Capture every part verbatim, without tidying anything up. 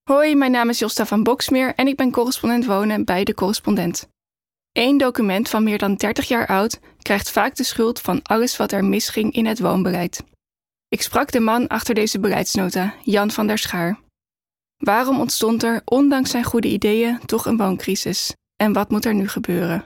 Hoi, mijn naam is Josta van Boksmeer en ik ben correspondent wonen bij De Correspondent. Eén document van meer dan dertig jaar oud krijgt vaak de schuld van alles wat er misging in het woonbeleid. Ik sprak de man achter deze beleidsnota, Jan van der Schaar. Waarom ontstond er, ondanks zijn goede ideeën, toch een wooncrisis? En wat moet er nu gebeuren?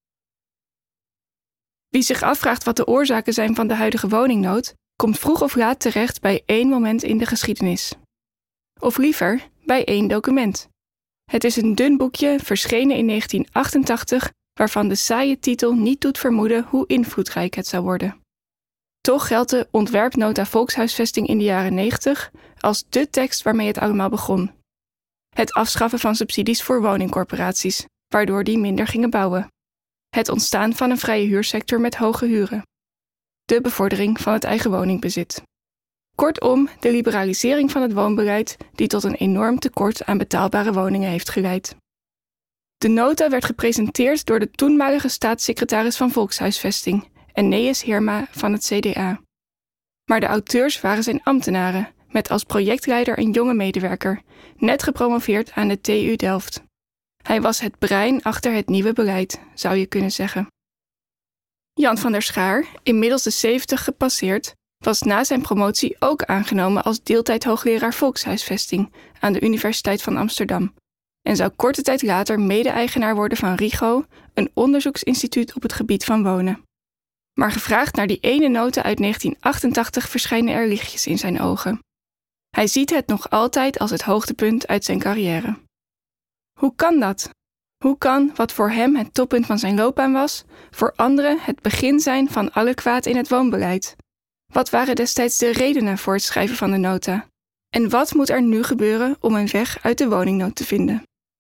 Wie zich afvraagt wat de oorzaken zijn van de huidige woningnood, komt vroeg of laat terecht bij één moment in de geschiedenis. Of liever, bij één document. Het is een dun boekje, verschenen in negentien achtentachtig, waarvan de saaie titel niet doet vermoeden hoe invloedrijk het zou worden. Toch geldt de ontwerpnota volkshuisvesting in de jaren negentig als dé tekst waarmee het allemaal begon. Het afschaffen van subsidies voor woningcorporaties, waardoor die minder gingen bouwen. Het ontstaan van een vrije huursector met hoge huren. De bevordering van het eigen woningbezit. Kortom, de liberalisering van het woonbeleid die tot een enorm tekort aan betaalbare woningen heeft geleid. De nota werd gepresenteerd door de toenmalige staatssecretaris van Volkshuisvesting, Eneas Heerma van het C D A. Maar de auteurs waren zijn ambtenaren, met als projectleider een jonge medewerker, net gepromoveerd aan de T U Delft. Hij was het brein achter het nieuwe beleid, zou je kunnen zeggen. Jan van der Schaar, inmiddels de zeventig gepasseerd, was na zijn promotie ook aangenomen als deeltijd-hoogleraar volkshuisvesting aan de Universiteit van Amsterdam en zou korte tijd later mede-eigenaar worden van RIGO, een onderzoeksinstituut op het gebied van wonen. Maar gevraagd naar die ene nota uit negentien achtentachtig verschijnen er lichtjes in zijn ogen. Hij ziet het nog altijd als het hoogtepunt uit zijn carrière. Hoe kan dat? Hoe kan wat voor hem het toppunt van zijn loopbaan was, voor anderen het begin zijn van alle kwaad in het woonbeleid? Wat waren destijds de redenen voor het schrijven van de nota? En wat moet er nu gebeuren om een weg uit de woningnood te vinden?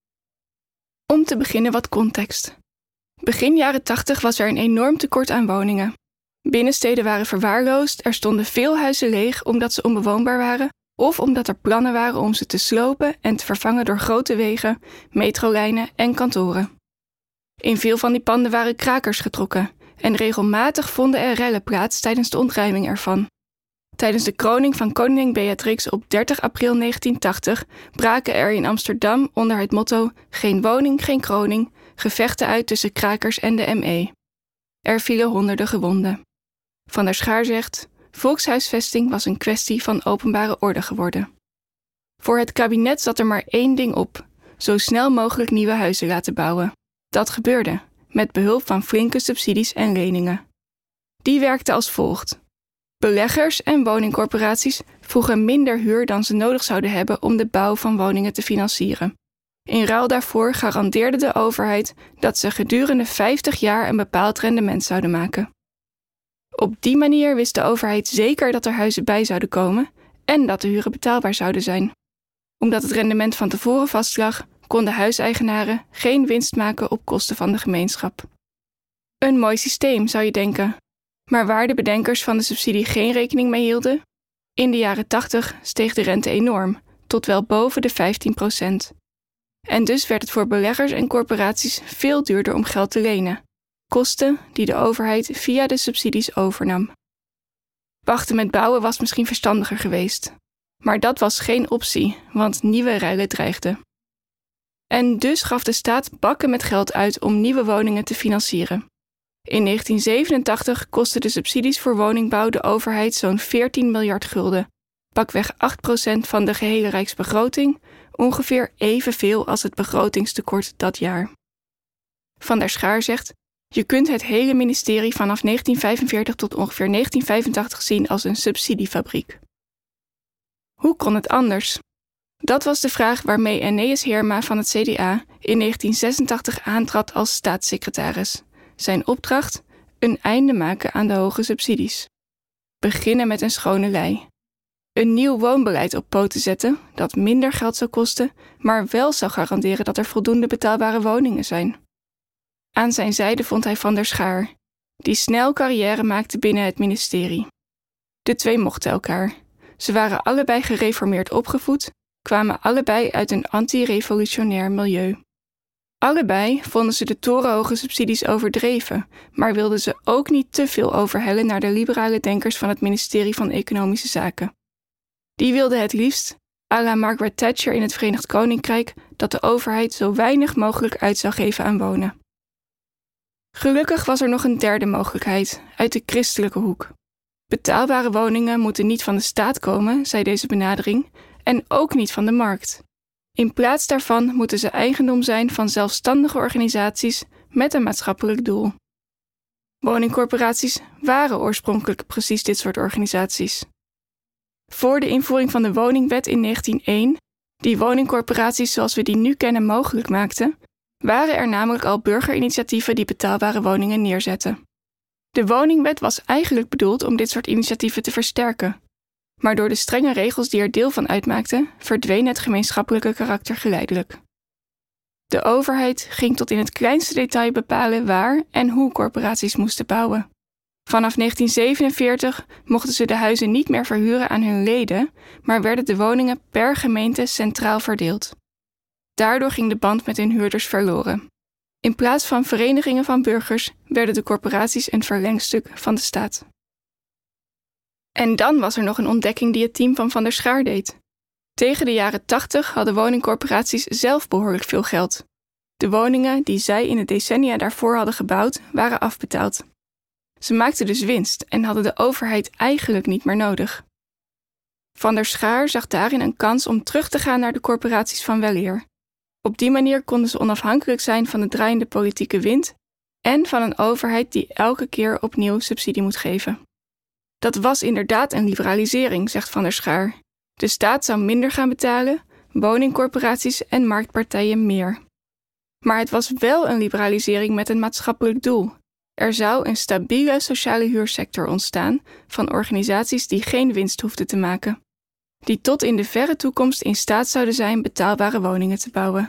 Om te beginnen wat context. Begin jaren tachtig was er een enorm tekort aan woningen. Binnensteden waren verwaarloosd, er stonden veel huizen leeg omdat ze onbewoonbaar waren, of omdat er plannen waren om ze te slopen en te vervangen door grote wegen, metrolijnen en kantoren. In veel van die panden waren krakers getrokken en regelmatig vonden er rellen plaats tijdens de ontruiming ervan. Tijdens de kroning van koningin Beatrix op dertig april negentien tachtig braken er in Amsterdam onder het motto "Geen woning, geen kroning" gevechten uit tussen krakers en de M E. Er vielen honderden gewonden. Van der Schaar zegt: volkshuisvesting was een kwestie van openbare orde geworden. Voor het kabinet zat er maar één ding op: zo snel mogelijk nieuwe huizen laten bouwen. Dat gebeurde, met behulp van flinke subsidies en leningen. Die werkten als volgt. Beleggers en woningcorporaties vroegen minder huur dan ze nodig zouden hebben om de bouw van woningen te financieren. In ruil daarvoor garandeerde de overheid dat ze gedurende vijftig jaar een bepaald rendement zouden maken. Op die manier wist de overheid zeker dat er huizen bij zouden komen en dat de huren betaalbaar zouden zijn. Omdat het rendement van tevoren vastlag, konden huiseigenaren geen winst maken op kosten van de gemeenschap. Een mooi systeem, zou je denken. Maar waar de bedenkers van de subsidie geen rekening mee hielden? In de jaren tachtig steeg de rente enorm, tot wel boven de vijftien procent. En dus werd het voor beleggers en corporaties veel duurder om geld te lenen. Kosten die de overheid via de subsidies overnam. Wachten met bouwen was misschien verstandiger geweest. Maar dat was geen optie, want nieuwe rellen dreigden. En dus gaf de staat bakken met geld uit om nieuwe woningen te financieren. In negentien zevenentachtig kostten de subsidies voor woningbouw de overheid zo'n veertien miljard gulden, pakweg acht procent van de gehele rijksbegroting, ongeveer evenveel als het begrotingstekort dat jaar. Van der Schaar zegt: je kunt het hele ministerie vanaf negentien vijfenveertig tot ongeveer negentien vijfentachtig zien als een subsidiefabriek. Hoe kon het anders? Dat was de vraag waarmee Eneas Heerma van het C D A in negentien zesentachtig aantrad als staatssecretaris. Zijn opdracht: een einde maken aan de hoge subsidies. Beginnen met een schone lei. Een nieuw woonbeleid op poten zetten dat minder geld zou kosten, maar wel zou garanderen dat er voldoende betaalbare woningen zijn. Aan zijn zijde vond hij Van der Schaar, die snel carrière maakte binnen het ministerie. De twee mochten elkaar. Ze waren allebei gereformeerd opgevoed, kwamen allebei uit een anti-revolutionair milieu. Allebei vonden ze de torenhoge subsidies overdreven, maar wilden ze ook niet te veel overhellen naar de liberale denkers van het ministerie van Economische Zaken. Die wilden het liefst à la Margaret Thatcher in het Verenigd Koninkrijk, dat de overheid zo weinig mogelijk uit zou geven aan wonen. Gelukkig was er nog een derde mogelijkheid, uit de christelijke hoek. Betaalbare woningen moeten niet van de staat komen, zei deze benadering, en ook niet van de markt. In plaats daarvan moeten ze eigendom zijn van zelfstandige organisaties met een maatschappelijk doel. Woningcorporaties waren oorspronkelijk precies dit soort organisaties. Voor de invoering van de woningwet in negentien één, die woningcorporaties zoals we die nu kennen mogelijk maakte, waren er namelijk al burgerinitiatieven die betaalbare woningen neerzetten. De woningwet was eigenlijk bedoeld om dit soort initiatieven te versterken. Maar door de strenge regels die er deel van uitmaakten, verdween het gemeenschappelijke karakter geleidelijk. De overheid ging tot in het kleinste detail bepalen waar en hoe corporaties moesten bouwen. Vanaf negentien zevenenveertig mochten ze de huizen niet meer verhuren aan hun leden, maar werden de woningen per gemeente centraal verdeeld. Daardoor ging de band met hun huurders verloren. In plaats van verenigingen van burgers werden de corporaties een verlengstuk van de staat. En dan was er nog een ontdekking die het team van Van der Schaar deed. Tegen de jaren tachtig hadden woningcorporaties zelf behoorlijk veel geld. De woningen die zij in de decennia daarvoor hadden gebouwd, waren afbetaald. Ze maakten dus winst en hadden de overheid eigenlijk niet meer nodig. Van der Schaar zag daarin een kans om terug te gaan naar de corporaties van weleer. Op die manier konden ze onafhankelijk zijn van de draaiende politieke wind en van een overheid die elke keer opnieuw subsidie moet geven. Dat was inderdaad een liberalisering, zegt Van der Schaar. De staat zou minder gaan betalen, woningcorporaties en marktpartijen meer. Maar het was wel een liberalisering met een maatschappelijk doel. Er zou een stabiele sociale huursector ontstaan van organisaties die geen winst hoefden te maken, die tot in de verre toekomst in staat zouden zijn betaalbare woningen te bouwen.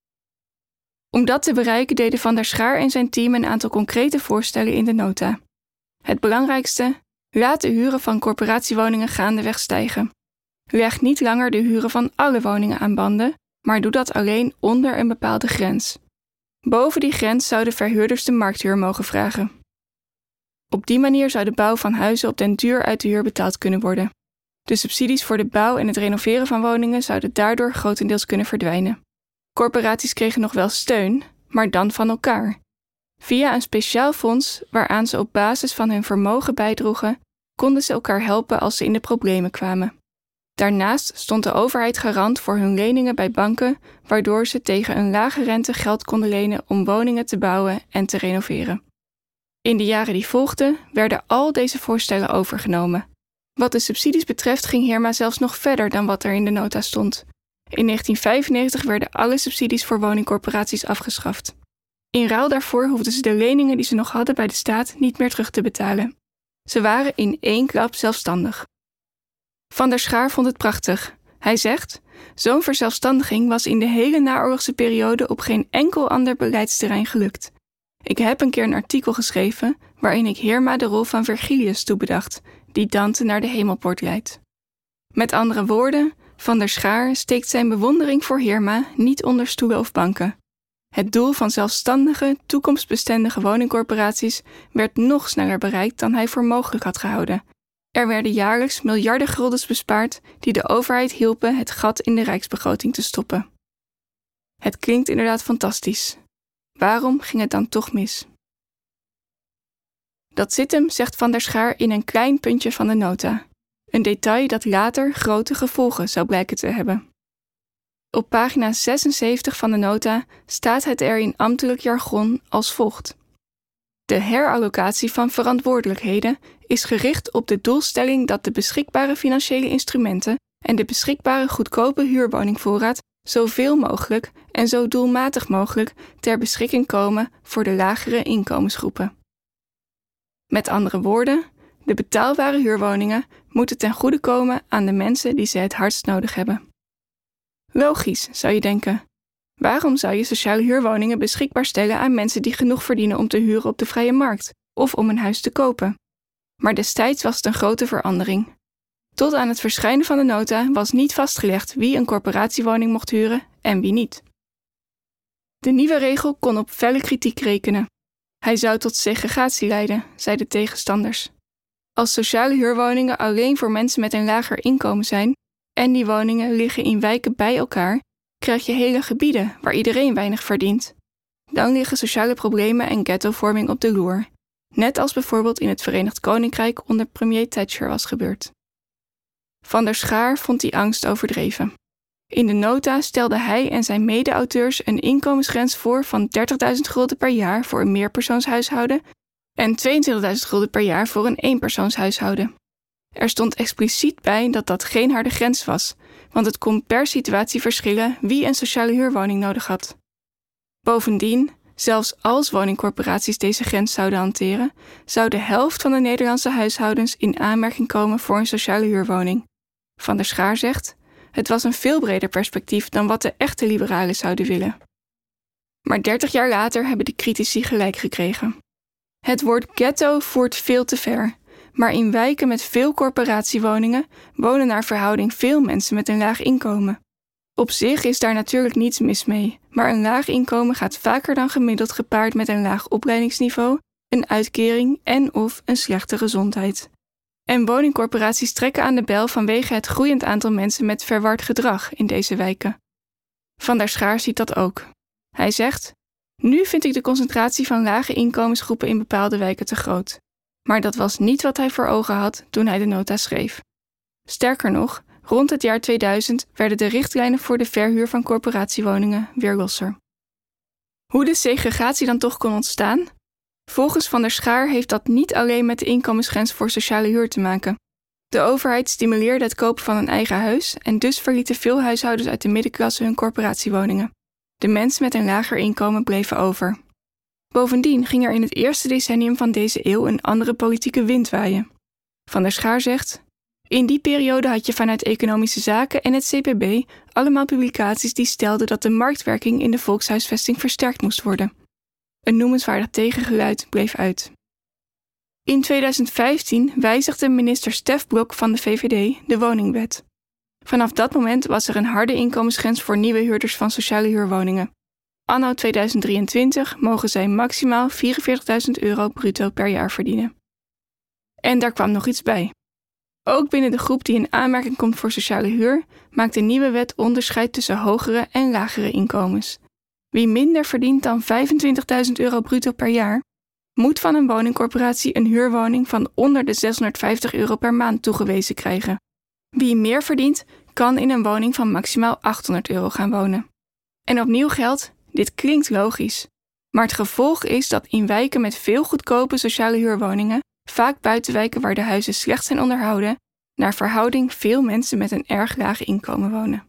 Om dat te bereiken deden Van der Schaar en zijn team een aantal concrete voorstellen in de nota. Het belangrijkste: laat de huren van corporatiewoningen gaandeweg stijgen. Leg niet langer de huren van alle woningen aan banden, maar doe dat alleen onder een bepaalde grens. Boven die grens zouden verhuurders de markthuur mogen vragen. Op die manier zou de bouw van huizen op den duur uit de huur betaald kunnen worden. De subsidies voor de bouw en het renoveren van woningen zouden daardoor grotendeels kunnen verdwijnen. Corporaties kregen nog wel steun, maar dan van elkaar. Via een speciaal fonds waaraan ze op basis van hun vermogen bijdroegen, konden ze elkaar helpen als ze in de problemen kwamen. Daarnaast stond de overheid garant voor hun leningen bij banken, waardoor ze tegen een lage rente geld konden lenen om woningen te bouwen en te renoveren. In de jaren die volgden werden al deze voorstellen overgenomen. Wat de subsidies betreft ging Heerma zelfs nog verder dan wat er in de nota stond. In negentien vijfennegentig werden alle subsidies voor woningcorporaties afgeschaft. In ruil daarvoor hoefden ze de leningen die ze nog hadden bij de staat niet meer terug te betalen. Ze waren in één klap zelfstandig. Van der Schaar vond het prachtig. Hij zegt: zo'n verzelfstandiging was in de hele naoorlogse periode op geen enkel ander beleidsterrein gelukt. Ik heb een keer een artikel geschreven waarin ik Heerma de rol van Virgilius toebedacht, die Dante naar de hemelpoort leidt. Met andere woorden, Van der Schaar steekt zijn bewondering voor Heerma niet onder stoelen of banken. Het doel van zelfstandige, toekomstbestendige woningcorporaties werd nog sneller bereikt dan hij voor mogelijk had gehouden. Er werden jaarlijks miljarden guldens bespaard die de overheid hielpen het gat in de rijksbegroting te stoppen. Het klinkt inderdaad fantastisch. Waarom ging het dan toch mis? Dat zit hem, zegt Van der Schaar, in een klein puntje van de nota. Een detail dat later grote gevolgen zou blijken te hebben. Op pagina zesenzeventig van de nota staat het er in ambtelijk jargon als volgt. De herallocatie van verantwoordelijkheden is gericht op de doelstelling dat de beschikbare financiële instrumenten en de beschikbare goedkope huurwoningvoorraad zoveel mogelijk en zo doelmatig mogelijk ter beschikking komen voor de lagere inkomensgroepen. Met andere woorden, de betaalbare huurwoningen moeten ten goede komen aan de mensen die ze het hardst nodig hebben. Logisch, zou je denken. Waarom zou je sociale huurwoningen beschikbaar stellen aan mensen die genoeg verdienen om te huren op de vrije markt of om een huis te kopen? Maar destijds was het een grote verandering. Tot aan het verschijnen van de nota was niet vastgelegd wie een corporatiewoning mocht huren en wie niet. De nieuwe regel kon op felle kritiek rekenen. Hij zou tot segregatie leiden, zeiden tegenstanders. Als sociale huurwoningen alleen voor mensen met een lager inkomen zijn, en die woningen liggen in wijken bij elkaar, krijg je hele gebieden waar iedereen weinig verdient. Dan liggen sociale problemen en ghettovorming op de loer, net als bijvoorbeeld in het Verenigd Koninkrijk onder premier Thatcher was gebeurd. Van der Schaar vond die angst overdreven. In de nota stelde hij en zijn mede-auteurs een inkomensgrens voor van dertigduizend gulden per jaar voor een meerpersoonshuishouden en tweeëntwintigduizend gulden per jaar voor een eenpersoonshuishouden. Er stond expliciet bij dat dat geen harde grens was, want het kon per situatie verschillen wie een sociale huurwoning nodig had. Bovendien, zelfs als woningcorporaties deze grens zouden hanteren, zou de helft van de Nederlandse huishoudens in aanmerking komen voor een sociale huurwoning. Van der Schaar zegt: het was een veel breder perspectief dan wat de echte liberalen zouden willen. Maar dertig jaar later hebben de critici gelijk gekregen. Het woord ghetto voert veel te ver, maar in wijken met veel corporatiewoningen wonen naar verhouding veel mensen met een laag inkomen. Op zich is daar natuurlijk niets mis mee, maar een laag inkomen gaat vaker dan gemiddeld gepaard met een laag opleidingsniveau, een uitkering en of een slechte gezondheid. En woningcorporaties trekken aan de bel vanwege het groeiend aantal mensen met verward gedrag in deze wijken. Van der Schaar ziet dat ook. Hij zegt: nu vind ik de concentratie van lage inkomensgroepen in bepaalde wijken te groot. Maar dat was niet wat hij voor ogen had toen hij de nota schreef. Sterker nog, rond het jaar tweeduizend werden de richtlijnen voor de verhuur van corporatiewoningen weer losser. Hoe de segregatie dan toch kon ontstaan? Volgens Van der Schaar heeft dat niet alleen met de inkomensgrens voor sociale huur te maken. De overheid stimuleerde het kopen van een eigen huis en dus verlieten veel huishoudens uit de middenklasse hun corporatiewoningen. De mensen met een lager inkomen bleven over. Bovendien ging er in het eerste decennium van deze eeuw een andere politieke wind waaien. Van der Schaar zegt: in die periode had je vanuit Economische Zaken en het C P B allemaal publicaties die stelden dat de marktwerking in de volkshuisvesting versterkt moest worden. Een noemenswaardig tegengeluid bleef uit. In tweeduizend vijftien wijzigde minister Stef Blok van de V V D de woningwet. Vanaf dat moment was er een harde inkomensgrens voor nieuwe huurders van sociale huurwoningen. Anno tweeduizend drieëntwintig mogen zij maximaal vierenveertigduizend euro bruto per jaar verdienen. En daar kwam nog iets bij. Ook binnen de groep die in aanmerking komt voor sociale huur maakt de nieuwe wet onderscheid tussen hogere en lagere inkomens. Wie minder verdient dan vijfentwintigduizend euro bruto per jaar, moet van een woningcorporatie een huurwoning van onder de zeshonderdvijftig euro per maand toegewezen krijgen. Wie meer verdient, kan in een woning van maximaal achthonderd euro gaan wonen. En opnieuw geldt: dit klinkt logisch. Maar het gevolg is dat in wijken met veel goedkope sociale huurwoningen, vaak buitenwijken waar de huizen slecht zijn onderhouden, naar verhouding veel mensen met een erg laag inkomen wonen.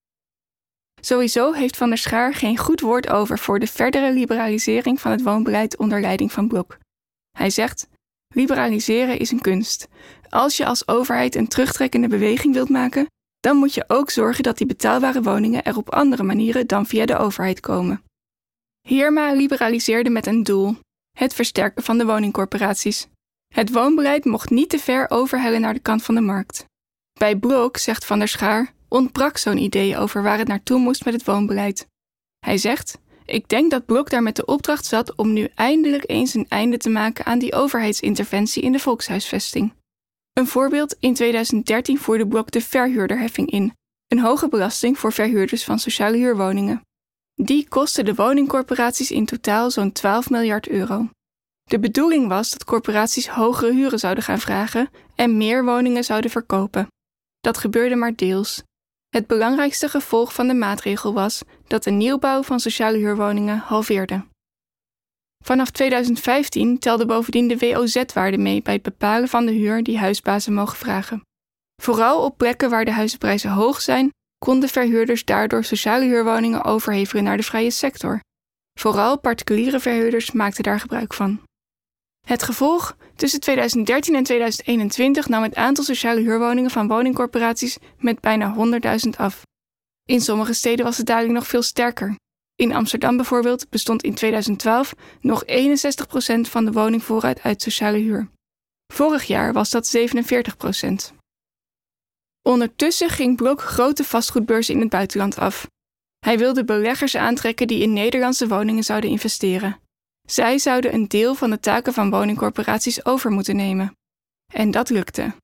Sowieso heeft Van der Schaar geen goed woord over voor de verdere liberalisering van het woonbeleid onder leiding van Blok. Hij zegt: liberaliseren is een kunst. Als je als overheid een terugtrekkende beweging wilt maken, dan moet je ook zorgen dat die betaalbare woningen er op andere manieren dan via de overheid komen. Heerma liberaliseerde met een doel: het versterken van de woningcorporaties. Het woonbeleid mocht niet te ver overhellen naar de kant van de markt. Bij Blok, zegt Van der Schaar, ontbrak zo'n idee over waar het naartoe moest met het woonbeleid. Hij zegt: ik denk dat Blok daar met de opdracht zat om nu eindelijk eens een einde te maken aan die overheidsinterventie in de volkshuisvesting. Een voorbeeld: in tweeduizend dertien voerde Blok de verhuurderheffing in, een hoge belasting voor verhuurders van sociale huurwoningen. Die kostte de woningcorporaties in totaal zo'n twaalf miljard euro. De bedoeling was dat corporaties hogere huren zouden gaan vragen en meer woningen zouden verkopen. Dat gebeurde maar deels. Het belangrijkste gevolg van de maatregel was dat de nieuwbouw van sociale huurwoningen halveerde. Vanaf tweeduizend vijftien telde bovendien de W O Z-waarde mee bij het bepalen van de huur die huisbazen mogen vragen. Vooral op plekken waar de huizenprijzen hoog zijn, konden verhuurders daardoor sociale huurwoningen overhevelen naar de vrije sector. Vooral particuliere verhuurders maakten daar gebruik van. Het gevolg: tussen tweeduizend dertien en tweeduizend eenentwintig nam het aantal sociale huurwoningen van woningcorporaties met bijna honderdduizend af. In sommige steden was het duidelijk nog veel sterker. In Amsterdam bijvoorbeeld bestond in tweeduizend twaalf nog eenenzestig procent van de woningvoorraad uit sociale huur. Vorig jaar was dat zevenenveertig procent. Ondertussen ging Blok grote vastgoedbeurzen in het buitenland af. Hij wilde beleggers aantrekken die in Nederlandse woningen zouden investeren. Zij zouden een deel van de taken van woningcorporaties over moeten nemen. En dat lukte.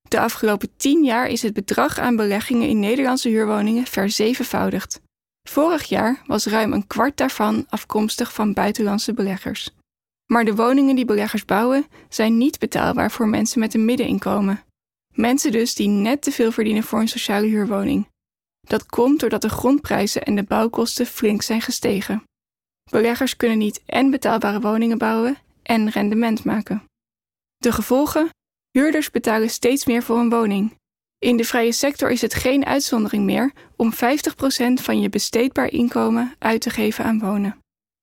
De afgelopen tien jaar is het bedrag aan beleggingen in Nederlandse huurwoningen verzevenvoudigd. Vorig jaar was ruim een kwart daarvan afkomstig van buitenlandse beleggers. Maar de woningen die beleggers bouwen zijn niet betaalbaar voor mensen met een middeninkomen. Mensen dus die net te veel verdienen voor een sociale huurwoning. Dat komt doordat de grondprijzen en de bouwkosten flink zijn gestegen. Beleggers kunnen niet en betaalbare woningen bouwen en rendement maken. De gevolgen? Huurders betalen steeds meer voor een woning. In de vrije sector is het geen uitzondering meer om vijftig procent van je besteedbaar inkomen uit te geven aan wonen.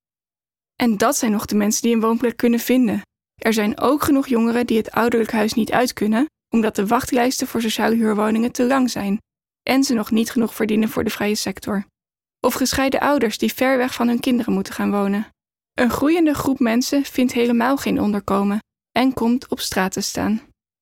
En dat zijn nog de mensen die een woonplek kunnen vinden. Er zijn ook genoeg jongeren die het ouderlijk huis niet uit kunnen, omdat de wachtlijsten voor sociale huurwoningen te lang zijn en ze nog niet genoeg verdienen voor de vrije sector. Of gescheiden ouders die ver weg van hun kinderen moeten gaan wonen. Een groeiende groep mensen vindt helemaal geen onderkomen en komt op straat te staan.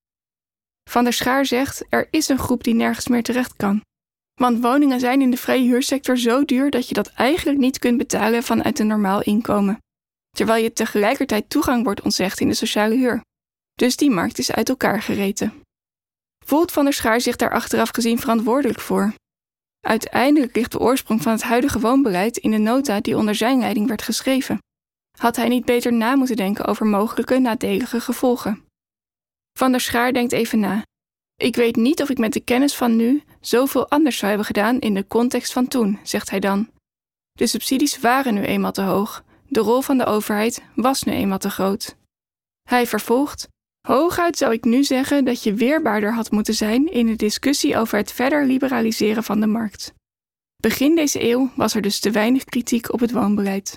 Van der Schaar zegt, er is een groep die nergens meer terecht kan. Want woningen zijn in de vrije huursector zo duur dat je dat eigenlijk niet kunt betalen vanuit een normaal inkomen. Terwijl je tegelijkertijd toegang wordt ontzegd in de sociale huur. Dus die markt is uit elkaar gereten. Voelt Van der Schaar zich daar achteraf gezien verantwoordelijk voor? Uiteindelijk ligt de oorsprong van het huidige woonbeleid in de nota die onder zijn leiding werd geschreven. Had hij niet beter na moeten denken over mogelijke nadelige gevolgen? Van der Schaar denkt even na. Ik weet niet of ik met de kennis van nu zoveel anders zou hebben gedaan in de context van toen, zegt hij dan. De subsidies waren nu eenmaal te hoog. De rol van de overheid was nu eenmaal te groot. Hij vervolgt, hooguit zou ik nu zeggen dat je weerbaarder had moeten zijn in de discussie over het verder liberaliseren van de markt. Begin deze eeuw was er dus te weinig kritiek op het woonbeleid.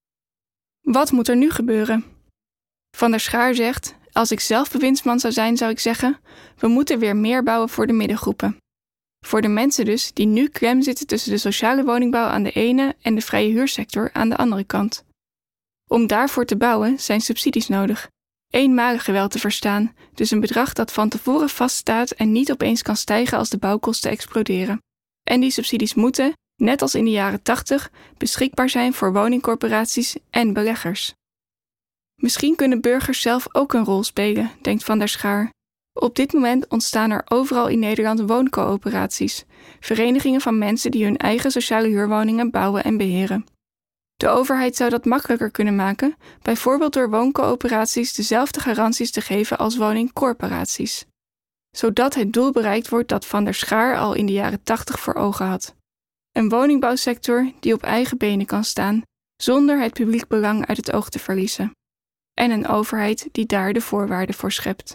Wat moet er nu gebeuren? Van der Schaar zegt, als ik zelf bewindsman zou zijn, zou ik zeggen, we moeten weer meer bouwen voor de middengroepen. Voor de mensen dus die nu klem zitten tussen de sociale woningbouw aan de ene en de vrije huursector aan de andere kant. Om daarvoor te bouwen zijn subsidies nodig. Eenmalig wel te verstaan, dus een bedrag dat van tevoren vaststaat en niet opeens kan stijgen als de bouwkosten exploderen. En die subsidies moeten, net als in de jaren tachtig, beschikbaar zijn voor woningcorporaties en beleggers. Misschien kunnen burgers zelf ook een rol spelen, denkt Van der Schaar. Op dit moment ontstaan er overal in Nederland wooncoöperaties, verenigingen van mensen die hun eigen sociale huurwoningen bouwen en beheren. De overheid zou dat makkelijker kunnen maken, bijvoorbeeld door wooncoöperaties dezelfde garanties te geven als woningcorporaties. Zodat het doel bereikt wordt dat Van der Schaar al in de jaren tachtig voor ogen had. Een woningbouwsector die op eigen benen kan staan, zonder het publiek belang uit het oog te verliezen. En een overheid die daar de voorwaarden voor schept.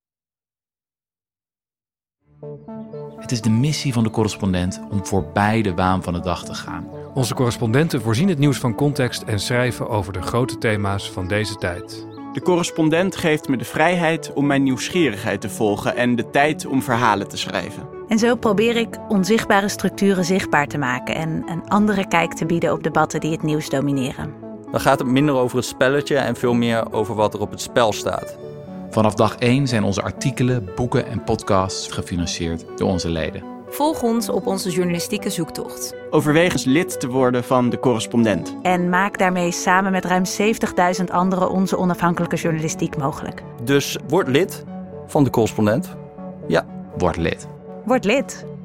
Het is de missie van de correspondent om voorbij de waan van de dag te gaan. Onze correspondenten voorzien het nieuws van context en schrijven over de grote thema's van deze tijd. De correspondent geeft me de vrijheid om mijn nieuwsgierigheid te volgen en de tijd om verhalen te schrijven. En zo probeer ik onzichtbare structuren zichtbaar te maken en een andere kijk te bieden op debatten die het nieuws domineren. Dan gaat het minder over het spelletje en veel meer over wat er op het spel staat. Vanaf dag één zijn onze artikelen, boeken en podcasts gefinancierd door onze leden. Volg ons op onze journalistieke zoektocht. Overweeg eens lid te worden van de correspondent. En maak daarmee samen met ruim zeventigduizend anderen onze onafhankelijke journalistiek mogelijk. Dus word lid van de correspondent. Ja. Word lid. Word lid.